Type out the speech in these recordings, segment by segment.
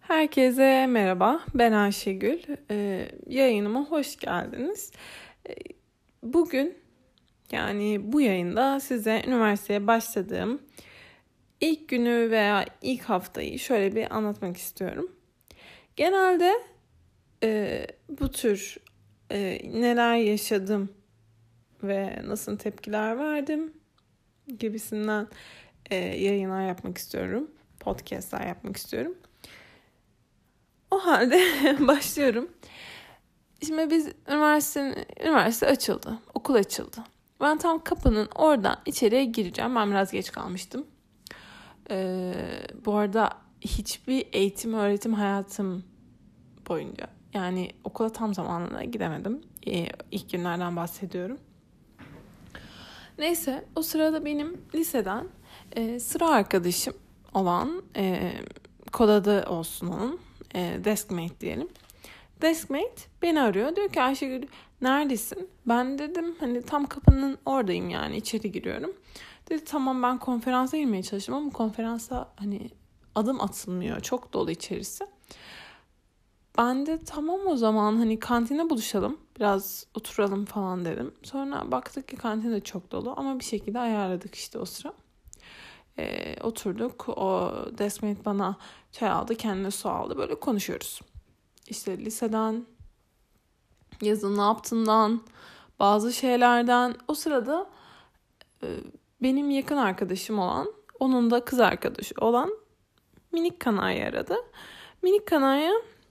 Herkese merhaba, ben Ayşegül. Yayınıma hoş geldiniz. Ee, Bugün, yani bu yayında size üniversiteye başladığım ilk günü veya ilk haftayı şöyle bir anlatmak istiyorum. Genelde bu tür neler yaşadım ve nasıl tepkiler verdim gibisinden yayınlar yapmak istiyorum. Podcastlar yapmak istiyorum. O halde başlıyorum. Şimdi biz üniversite açıldı. Okul açıldı. Ben tam kapının oradan içeriye gireceğim. Ben biraz geç kalmıştım. Bu arada hiçbir eğitim öğretim hayatım boyunca yani okula tam zamanında gidemedim. İlk günlerden bahsediyorum. Neyse o sırada benim liseden sıra arkadaşım olan kod adı olsun onun deskmate diyelim. Deskmate beni arıyor. Diyor ki Ayşegül neredesin? Ben dedim hani tam kapının oradayım yani içeri giriyorum. Dedi tamam ben konferansa girmeye çalıştım ama konferansa hani adım atılmıyor. Çok dolu içerisi. Ben de tamam o zaman hani kantine buluşalım. Biraz oturalım falan dedim. Sonra baktık ki kantin de çok dolu ama bir şekilde ayarladık işte o sıra. Oturduk. O deskmate bana çay aldı, kendine su aldı. Böyle konuşuyoruz. İşte liseden, yazın ne yaptığından, bazı şeylerden. O sırada benim yakın arkadaşım olan, onun da kız arkadaşı olan Minik Kanarya aradı. Minik Kanarya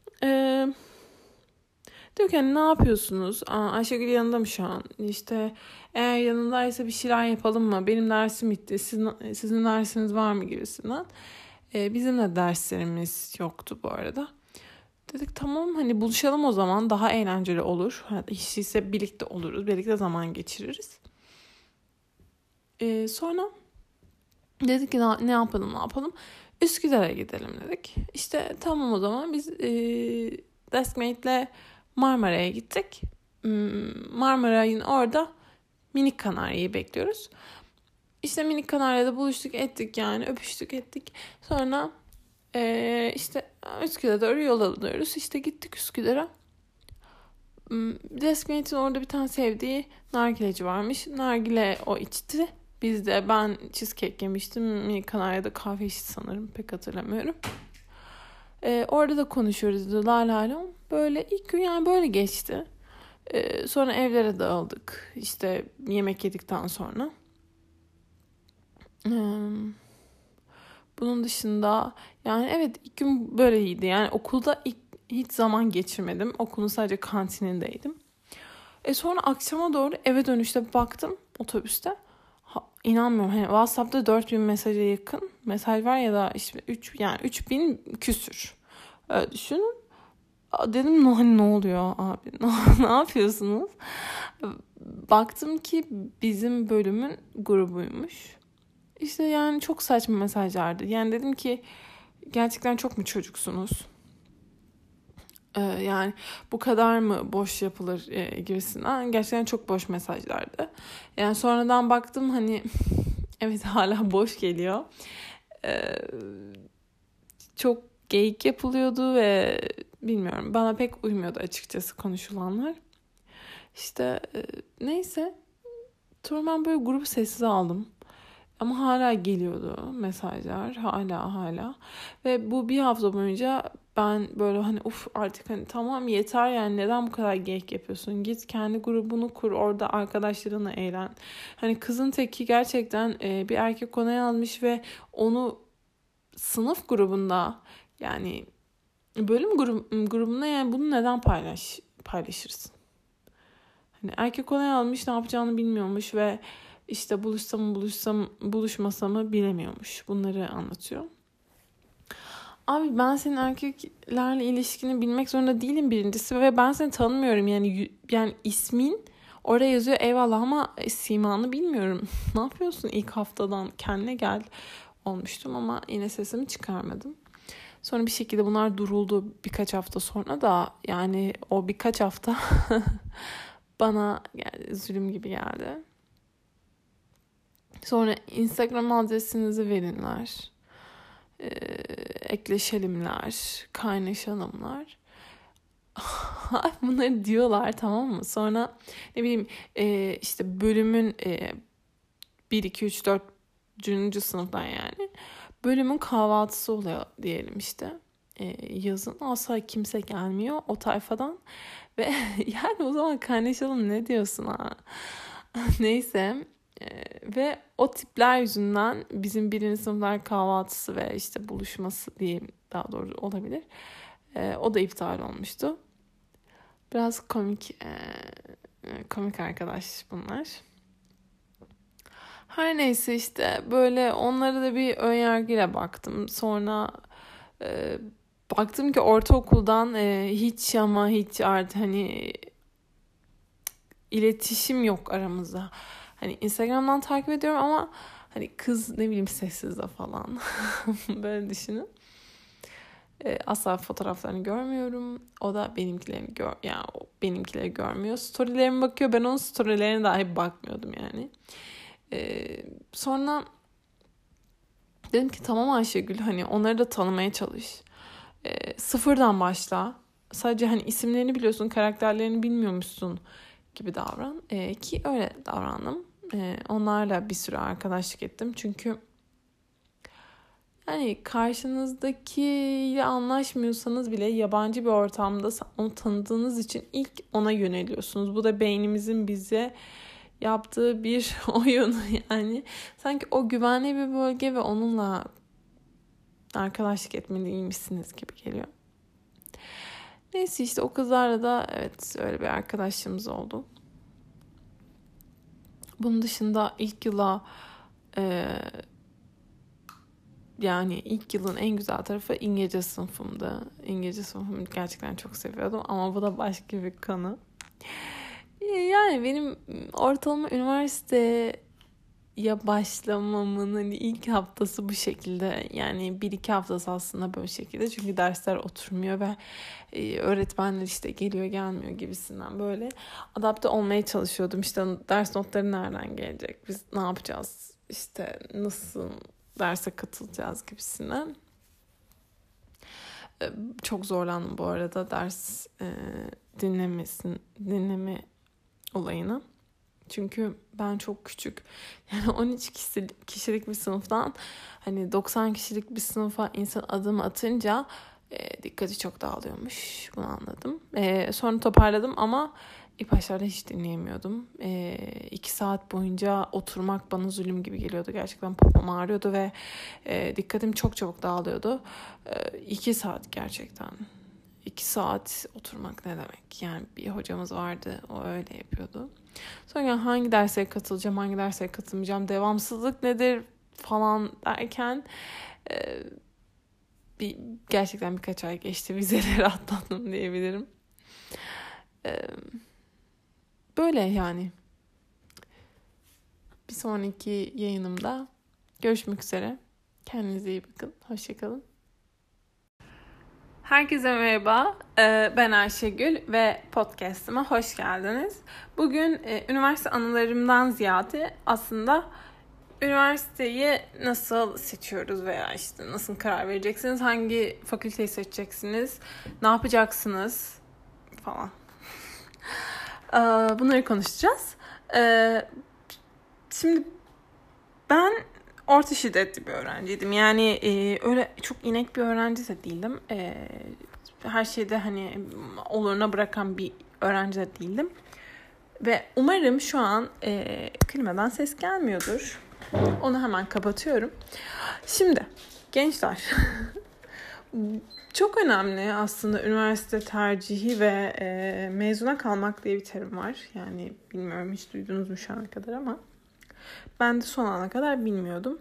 diyor ki hani ne yapıyorsunuz? Ayşegül yanında mı şu an? İşte eğer yanındaysa bir şeyler yapalım mı? Benim dersim bitti. Sizin dersiniz var mı gibisinden. Bizim de derslerimiz yoktu bu arada. Dedik tamam hani buluşalım o zaman daha eğlenceli olur. Hiç değilse birlikte oluruz. Birlikte zaman geçiririz. Sonra dedik ki ne yapalım. Üsküdar'a gidelim dedik. İşte tamam o zaman biz Deskmate'le Marmara'ya gittik. Marmara'nın orada Minik Kanarya'yı bekliyoruz. İşte Minik Kanarya'da buluştuk ettik yani öpüştük ettik. Sonra işte Üsküdar'a doğru yol alıyoruz. İşte gittik Üsküdar'a. Deskmate'in orada bir tane sevdiği nargileci varmış. Nargile o içti. Ben cheesecake yemiştim. Minik Kanarya'da kahve içti sanırım. Pek hatırlamıyorum. Orada da konuşuyoruz. La. Böyle ilk gün yani böyle geçti. Sonra evlere dağıldık. İşte yemek yedikten sonra. Bunun dışında yani evet ilk gün böyleydi. Yani okulda hiç zaman geçirmedim. Okulun sadece kantinindeydim. Sonra akşama doğru eve dönüşte baktım otobüste. İnanmıyorum. Hani WhatsApp'ta 4000 mesaja yakın mesaj var ya da işte 3000 küsür. Düşünün. Dedim hani ne oluyor abi? Ne yapıyorsunuz? Baktım ki bizim bölümün grubuymuş. İşte yani çok saçma mesajlardı. Yani dedim ki gerçekten çok mu çocuksunuz? Yani bu kadar mı boş yapılır gibisinden. Gerçekten çok boş mesajlardı. Yani sonradan baktım hani evet hala boş geliyor. Çok geyik yapılıyordu ve bilmiyorum bana pek uymuyordu açıkçası konuşulanlar. İşte neyse. Sonra ben böyle grubu sessiz aldım. Ama hala geliyordu mesajlar. Hala. Ve bu bir hafta boyunca ben böyle hani artık hani tamam yeter yani neden bu kadar geyik yapıyorsun? Git kendi grubunu kur orada arkadaşlarınla eğlen. Hani kızın teki gerçekten bir erkek ona yazmış ve onu sınıf grubunda yani grubunda yani bunu neden paylaşırsın? Hani erkek ona yazmış ne yapacağını bilmiyormuş ve işte buluşmasam mı bilemiyormuş. Bunları anlatıyor. Abi ben senin erkeklerle ilişkini bilmek zorunda değilim birincisi ve ben seni tanımıyorum. Yani ismin oraya yazıyor eyvallah ama simanı bilmiyorum. Ne yapıyorsun ilk haftadan kendine gel olmuştum ama yine sesimi çıkarmadım. Sonra bir şekilde bunlar duruldu birkaç hafta sonra da yani o birkaç hafta bana yani zulüm gibi geldi. Sonra Instagram adresinizi verinler. ekleşelimler, kaynaşalımlar. Bunları diyorlar, tamam mı? Sonra ne bileyim işte bölümün 1, 2, 3, 4. sınıftan yani. Bölümün kahvaltısı oluyor diyelim işte. Yazın asla kimse gelmiyor o tayfadan. Ve yani o zaman kaynaşalım ne diyorsun ha? Neyse. Ve o tipler yüzünden bizim 1. sınıflar kahvaltısı ve işte buluşması diyeyim, daha doğru olabilir. O da iptal olmuştu. Biraz komik arkadaş bunlar. Her neyse işte böyle onlara da bir önyargıyla baktım. Sonra baktım ki ortaokuldan hiç ama hiç artık hani iletişim yok aramızda. Hani Instagram'dan takip ediyorum ama hani kız ne bileyim sessizde falan. Böyle düşünün. Asla fotoğraflarını görmüyorum. O da benimkileri görmüyor. Storylerime bakıyor. Ben onun storylerine dahi bakmıyordum yani. Sonra dedim ki tamam Ayşegül, hani onları da tanımaya çalış. Sıfırdan başla. Sadece hani isimlerini biliyorsun, karakterlerini bilmiyormuşsun gibi davran. Ki öyle davrandım. Onlarla bir süre arkadaşlık ettim. Çünkü yani karşınızdakiyle anlaşmıyorsanız bile yabancı bir ortamda onu tanıdığınız için ilk ona yöneliyorsunuz. Bu da beynimizin bize yaptığı bir oyun yani. Sanki o güvenli bir bölge ve onunla arkadaşlık etmeliymişsiniz gibi geliyor. Neyse işte o kızlarla da evet öyle bir arkadaşlığımız oldu. Bunun dışında ilk yıla yani ilk yılın en güzel tarafı İngilizce sınıfımdı. İngilizce sınıfımı gerçekten çok seviyordum ama bu da başka bir konu. Yani benim ortalama üniversiteye başlamamın hani ilk haftası bu şekilde. Yani 1-2 haftası aslında böyle şekilde. Çünkü dersler oturmuyor ve öğretmenler işte geliyor gelmiyor gibisinden böyle adapte olmaya çalışıyordum. İşte ders notları nereden gelecek? Biz ne yapacağız? İşte nasıl derse katılacağız gibisinden. Çok zorlandım bu arada ders dinleme olayını. Çünkü ben çok küçük, yani 13 kişilik bir sınıftan hani 90 kişilik bir sınıfa insan adım atınca dikkati çok dağılıyormuş. Bunu anladım. Sonra toparladım ama ilk başlarda hiç dinleyemiyordum. 2 saat boyunca oturmak bana zulüm gibi geliyordu. Gerçekten popom ağrıyordu ve dikkatim çok çabuk dağılıyordu. 2 saat gerçekten. 2 saat oturmak ne demek? Yani bir hocamız vardı, o öyle yapıyordu. Sonra hangi derse katılacağım, hangi derse katılmayacağım, devamsızlık nedir falan derken gerçekten birkaç ay geçti, vizeleri atlattım diyebilirim. Böyle yani. Bir sonraki yayınımda görüşmek üzere. Kendinize iyi bakın. Hoşça kalın. Herkese merhaba, ben Ayşegül ve podcast'ıma hoş geldiniz. Bugün üniversite anılarımdan ziyade aslında üniversiteyi nasıl seçiyoruz veya işte nasıl karar vereceksiniz, hangi fakülteyi seçeceksiniz, ne yapacaksınız falan. Bunları konuşacağız. Şimdi ben orta şiddetli bir öğrenciydim. Yani öyle çok inek bir öğrenci de değildim. Her şeyde hani oluruna bırakan bir öğrenci de değildim. Ve umarım şu an klimadan ses gelmiyordur. Onu hemen kapatıyorum. Şimdi gençler çok önemli aslında üniversite tercihi ve mezuna kalmak diye bir terim var. Yani bilmiyorum hiç duydunuz mu şu ana kadar ama ben de son ana kadar bilmiyordum.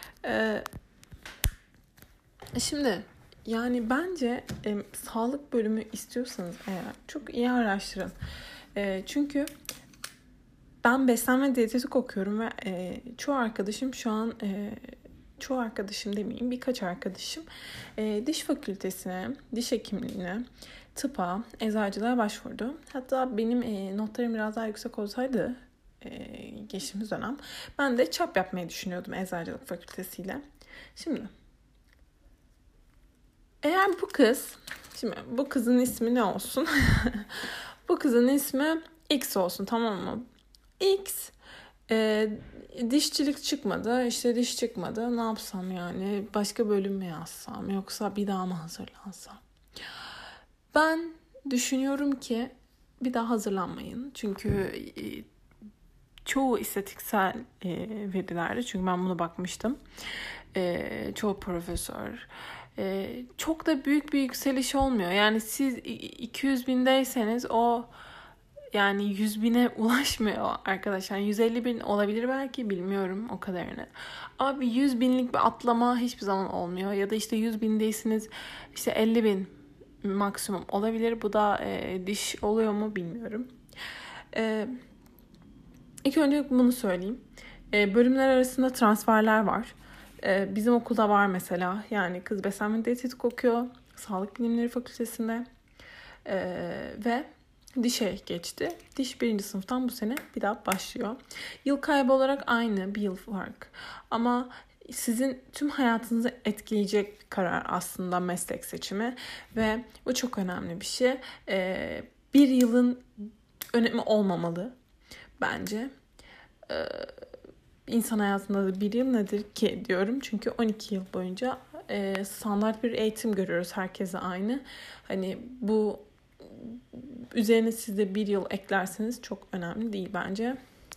Şimdi yani bence sağlık bölümü istiyorsanız eğer çok iyi araştırın. Çünkü ben beslenme diyetetik okuyorum ve çoğu arkadaşım şu an çoğu arkadaşım demeyeyim birkaç arkadaşım diş fakültesine, diş hekimliğine, tıpa, eczacılığa başvurdu. Hatta benim notlarım biraz daha yüksek olsaydı geçtiğimiz dönem ben de çap yapmayı düşünüyordum eczacılık fakültesiyle. Şimdi Eğer bu kız, şimdi bu kızın ismi ne olsun? Bu kızın ismi X olsun, tamam mı? X dişçilik çıkmadı, işte diş çıkmadı. Ne yapsam yani? Başka bölüm mü yazsam yoksa bir daha mı hazırlansam? Ben düşünüyorum ki bir daha hazırlanmayın. Çünkü çoğu istatistiksel verilerde, çünkü ben buna bakmıştım. Çoğu profesör. Çok da büyük bir yükseliş olmuyor. Yani siz 200 bindeyseniz o yani 100 bine ulaşmıyor arkadaşlar. 150 bin olabilir belki, bilmiyorum o kadarını. Abi 100 binlik bir atlama hiçbir zaman olmuyor. Ya da işte 100 bindeysiniz, işte 50 bin maksimum olabilir. Bu da diş oluyor mu bilmiyorum. İlk önce bunu söyleyeyim. Bölümler arasında transferler var. Bizim okulda var mesela. Yani kız beslenme diyetetik okuyor. Sağlık Bilimleri Fakültesi'nde. Ve dişe geçti. Diş 1. sınıftan bu sene bir daha başlıyor. Yıl kaybı olarak aynı, bir yıl fark. Ama sizin tüm hayatınızı etkileyecek bir karar aslında meslek seçimi. Ve bu çok önemli bir şey. Bir yılın önemi olmamalı bence. İnsan hayatında da bir yıl nedir ki diyorum. Çünkü 12 yıl boyunca standart bir eğitim görüyoruz. Herkese aynı. Hani bu üzerine siz de bir yıl eklerseniz çok önemli değil bence.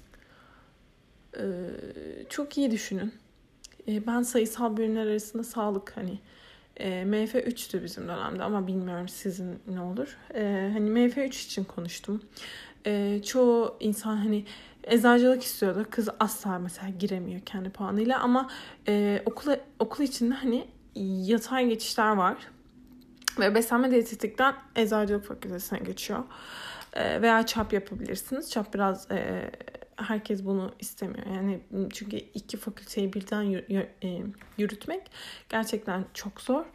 Çok iyi düşünün. Ben sayısal bölümler arasında sağlık hani MF3'tü bizim dönemde ama bilmiyorum sizin ne olur. Hani MF3 için konuştum. Çoğu insan hani eczacılık istiyordu. Kız asla mesela giremiyor kendi puanıyla ama okul içinde hani yatay geçişler var. Ve beslenme diyetetikten eczacılık fakültesine geçiyor. Veya çap yapabilirsiniz. Çap biraz herkes bunu istemiyor. Yani çünkü 2 fakülteyi birden yürütmek gerçekten çok zor.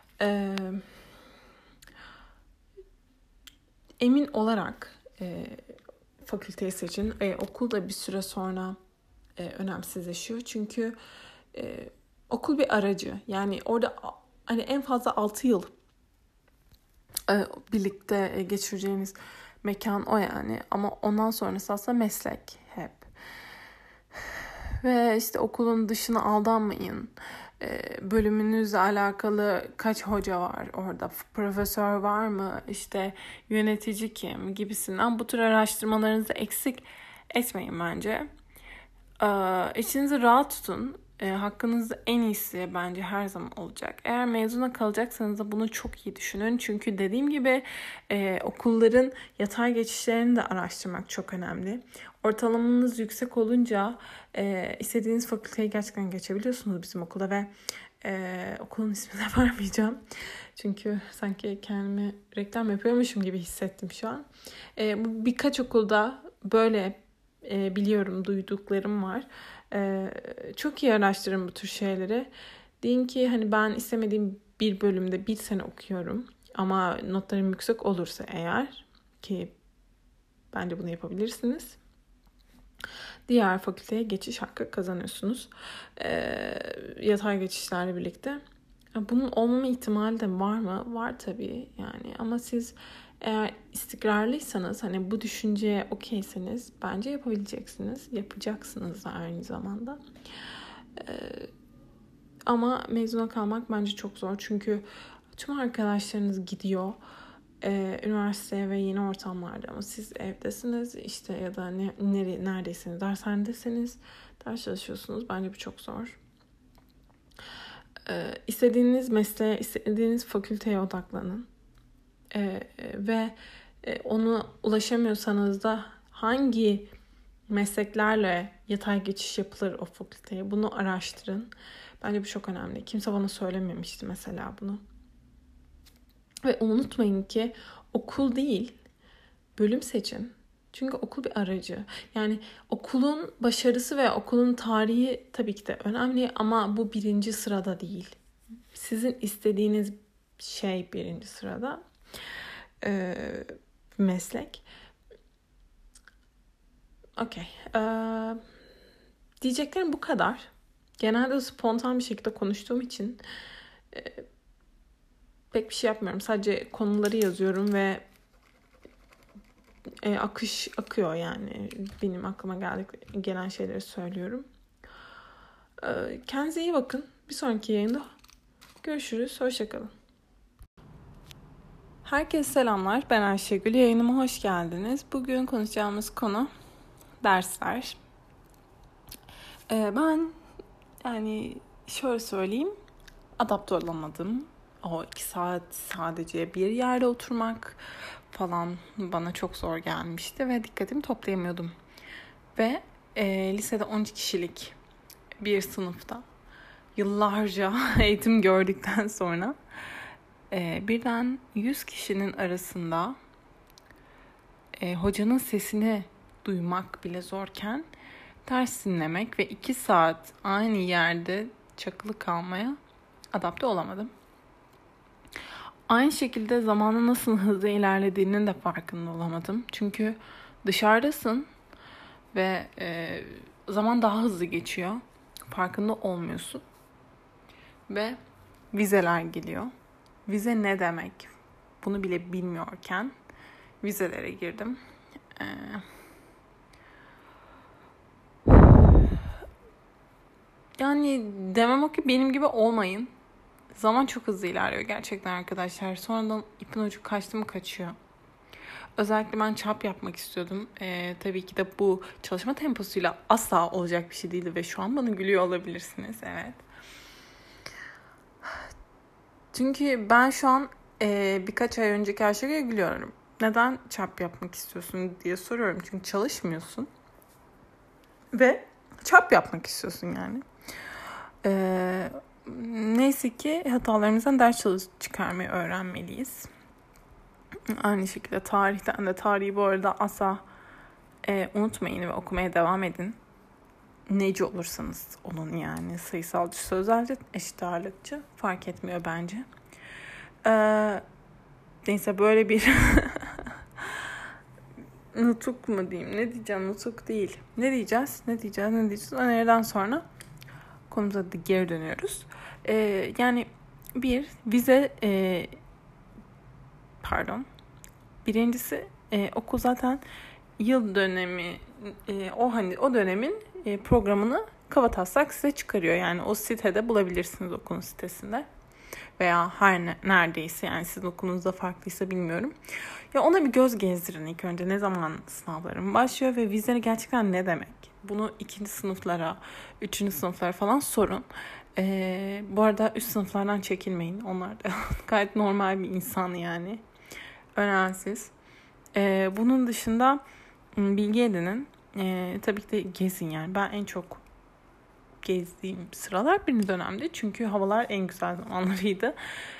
Emin olarak fakülteyi seçin. Okul da bir süre sonra önemsizleşiyor. Çünkü okul bir aracı. Yani orada hani en fazla 6 yıl birlikte geçireceğiniz mekan o yani. Ama ondan sonrası aslında meslek hep. Ve işte okulun dışına aldanmayın. Bölümünüzle alakalı kaç hoca var orada, profesör var mı, işte yönetici kim gibisinden bu tür araştırmalarınızı eksik etmeyin bence. İçinizi rahat tutun. Hakkınızda en iyisi bence her zaman olacak. Eğer mezuna kalacaksanız da bunu çok iyi düşünün. Çünkü dediğim gibi okulların yatay geçişlerini de araştırmak çok önemli. Ortalamanız yüksek olunca istediğiniz fakülteyi gerçekten geçebiliyorsunuz bizim okulda ve okulun ismini de vermeyeceğim. Çünkü sanki kendimi reklam yapıyormuşum gibi hissettim şu an. Birkaç okulda böyle biliyorum, duyduklarım var. Çok iyi araştırın bu tür şeyleri. Deyin ki hani ben istemediğim bir bölümde 1 sene okuyorum. Ama notlarım yüksek olursa eğer, ki bence bunu yapabilirsiniz, diğer fakülteye geçiş hakkı kazanıyorsunuz. Yatay geçişlerle birlikte. Bunun olmama ihtimali de var mı? Var tabii yani. Ama siz eğer istikrarlıysanız, hani bu düşünceye okeyseniz bence yapabileceksiniz. Yapacaksınız da aynı zamanda. Ama mezuna kalmak bence çok zor. Çünkü tüm arkadaşlarınız gidiyor üniversiteye ve yeni ortamlarda, ama siz evdesiniz işte, ya da neredeyseniz, dershanedesiniz, ders çalışıyorsunuz. Bence bu çok zor. İstediğiniz mesleğe, istediğiniz fakülteye odaklanın. Ve ona ulaşamıyorsanız da hangi mesleklerle yatay geçiş yapılır o fakülteye, bunu araştırın. Bence bu çok önemli. Kimse bana söylememişti mesela bunu. Ve unutmayın ki okul değil, bölüm seçin. Çünkü okul bir aracı. Yani okulun başarısı ve okulun tarihi tabii ki de önemli ama bu 1. sırada değil. Sizin istediğiniz şey 1. sırada. Meslek. Okey. Diyeceklerim bu kadar. Genelde spontan bir şekilde konuştuğum için pek bir şey yapmıyorum. Sadece konuları yazıyorum ve akış akıyor yani. Benim aklıma gelen şeyleri söylüyorum. Kendinize iyi bakın. Bir sonraki yayında görüşürüz. Hoşçakalın. Herkese selamlar. Ben Ayşegül. Yayınıma hoş geldiniz. Bugün konuşacağımız konu dersler. Ben yani şöyle söyleyeyim. Adapte olamadım. O 2 saat sadece bir yerde oturmak falan bana çok zor gelmişti ve dikkatimi toplayamıyordum. Ve lisede 12 kişilik bir sınıfta yıllarca eğitim gördükten sonra birden 100 kişinin arasında hocanın sesini duymak bile zorken ders dinlemek ve 2 saat aynı yerde çakılı kalmaya adapte olamadım. Aynı şekilde zamanın nasıl hızlı ilerlediğinin de farkında olamadım. Çünkü dışarıdasın ve zaman daha hızlı geçiyor. Farkında olmuyorsun. Ve vizeler geliyor. Vize ne demek? Bunu bile bilmiyorken vizelere girdim. Yani demem o ki benim gibi olmayın. Zaman çok hızlı ilerliyor gerçekten arkadaşlar. Sonradan ipin ucu kaçtı mı kaçıyor. Özellikle ben çap yapmak istiyordum. Tabii ki de bu çalışma temposuyla asla olacak bir şey değildi ve şu an bana gülüyor olabilirsiniz. Evet. Çünkü ben şu an birkaç ay önceki Ayşegül'e gülüyorum. Neden çap yapmak istiyorsun diye soruyorum. Çünkü çalışmıyorsun. Ve çap yapmak istiyorsun yani. Neyse ki hatalarımızdan ders çıkarmayı öğrenmeliyiz. Aynı şekilde tarihten de tarihi bu arada asla unutmayın ve okumaya devam edin. Neci olursanız olun yani. Sayısalcı, sözelci, eşit ağırlıkçı fark etmiyor bence. Neyse böyle bir nutuk mu diyeyim? Ne diyeceğim? Nutuk değil. Ne diyeceğiz? Öneriden sonra konumuza geri dönüyoruz. Yani vize birincisi okul zaten yıl dönemi o dönemin programını kabataslak size çıkarıyor. Yani o sitede bulabilirsiniz, okulun sitesinde. Veya neredeyse yani sizin okulunuzda farklıysa bilmiyorum. Ya ona bir göz gezdirin ilk önce. Ne zaman sınavlarım başlıyor ve vize gerçekten ne demek? Bunu 2. sınıflara, 3. sınıflara falan sorun. Bu arada üst sınıflardan çekinmeyin. Onlar da gayet normal bir insan yani. Önemsiz. Bunun dışında bilgi edinin. Tabii ki de gezin yani. Ben en çok gezdiğim sıralar birinci dönemde. Çünkü havalar en güzel zamanlarıydı.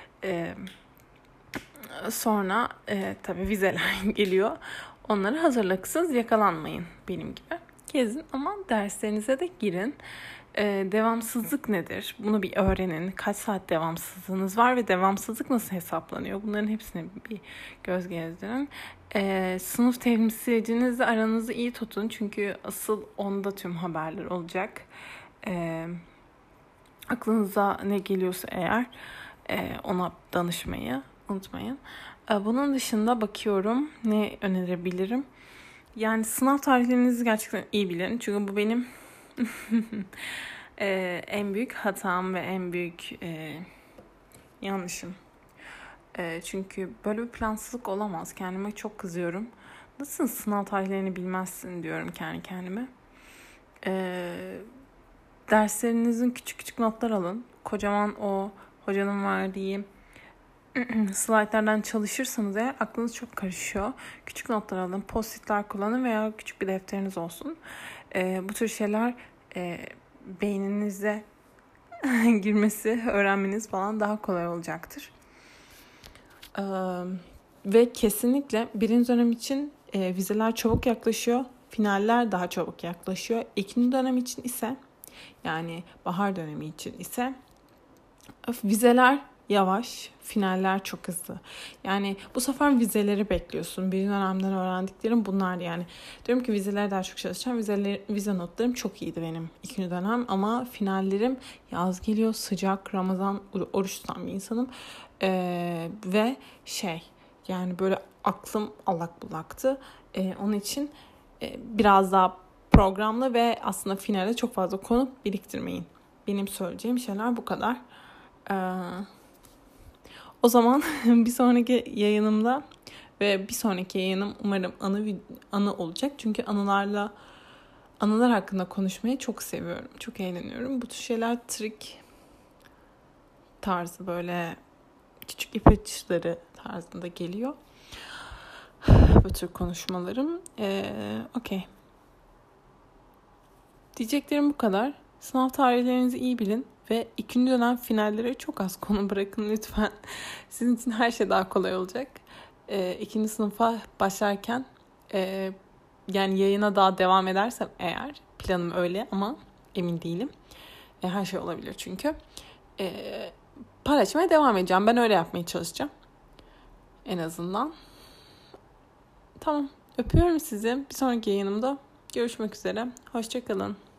Sonra tabii vizeler geliyor. Onları hazırlıksız yakalanmayın benim gibi. Gezin ama derslerinize de girin. Devamsızlık nedir? Bunu bir öğrenin. Kaç saat devamsızlığınız var ve devamsızlık nasıl hesaplanıyor? Bunların hepsine bir göz gezdirin. Sınıf temsilcinizle aranızı iyi tutun. Çünkü asıl onda tüm haberler olacak. Aklınıza ne geliyorsa eğer ona danışmayı unutmayın. Bunun dışında bakıyorum ne önerebilirim. Yani sınav tarihlerinizi gerçekten iyi bilin. Çünkü bu benim en büyük hatam ve en büyük yanlışım. Çünkü böyle bir plansızlık olamaz. Kendime çok kızıyorum. Nasıl sınav tarihlerini bilmezsin diyorum kendi kendime. Derslerinizin küçük küçük notlar alın. Kocaman o hocanın verdiği slaytlardan çalışırsanız eğer aklınız çok karışıyor. Küçük notlar alın, post-itler kullanın veya küçük bir defteriniz olsun. Bu tür şeyler beyninize girmesi, öğrenmeniz falan daha kolay olacaktır. Ve kesinlikle birinci dönem için vizeler çabuk yaklaşıyor. Finaller daha çabuk yaklaşıyor. İkinci dönem için ise yani bahar dönemi için ise vizeler yavaş, finaller çok hızlı. Yani bu sefer vizeleri bekliyorsun. Bir dönemden öğrendiklerim bunlar yani. Diyorum ki vizelere daha çok çalışacağım. Vize notlarım çok iyiydi benim ikinci dönem ama finallerim yaz geliyor, sıcak, Ramazan, oruç tutan bir insanım. Ve yani böyle aklım allak bullaktı. Onun için biraz daha programlı ve aslında finale çok fazla konu biriktirmeyin. Benim söyleyeceğim şeyler bu kadar. O zaman bir sonraki yayınımda ve bir sonraki yayınım umarım anı olacak. Çünkü anılar hakkında konuşmayı çok seviyorum. Çok eğleniyorum. Bu tür şeyler trik tarzı böyle küçük ipuçları tarzında geliyor. Bu tür konuşmalarım. Okey. Diyeceklerim bu kadar. Sınav tarihlerinizi iyi bilin ve ikinci dönem finallere çok az konu bırakın lütfen. Sizin için her şey daha kolay olacak. İkinci sınıfa başlarken yani yayına daha devam edersem eğer, planım öyle ama emin değilim. Her şey olabilir çünkü. Paylaşmaya devam edeceğim. Ben öyle yapmaya çalışacağım. En azından. Tamam. Öpüyorum sizi. Bir sonraki yayınımda görüşmek üzere. Hoşça kalın.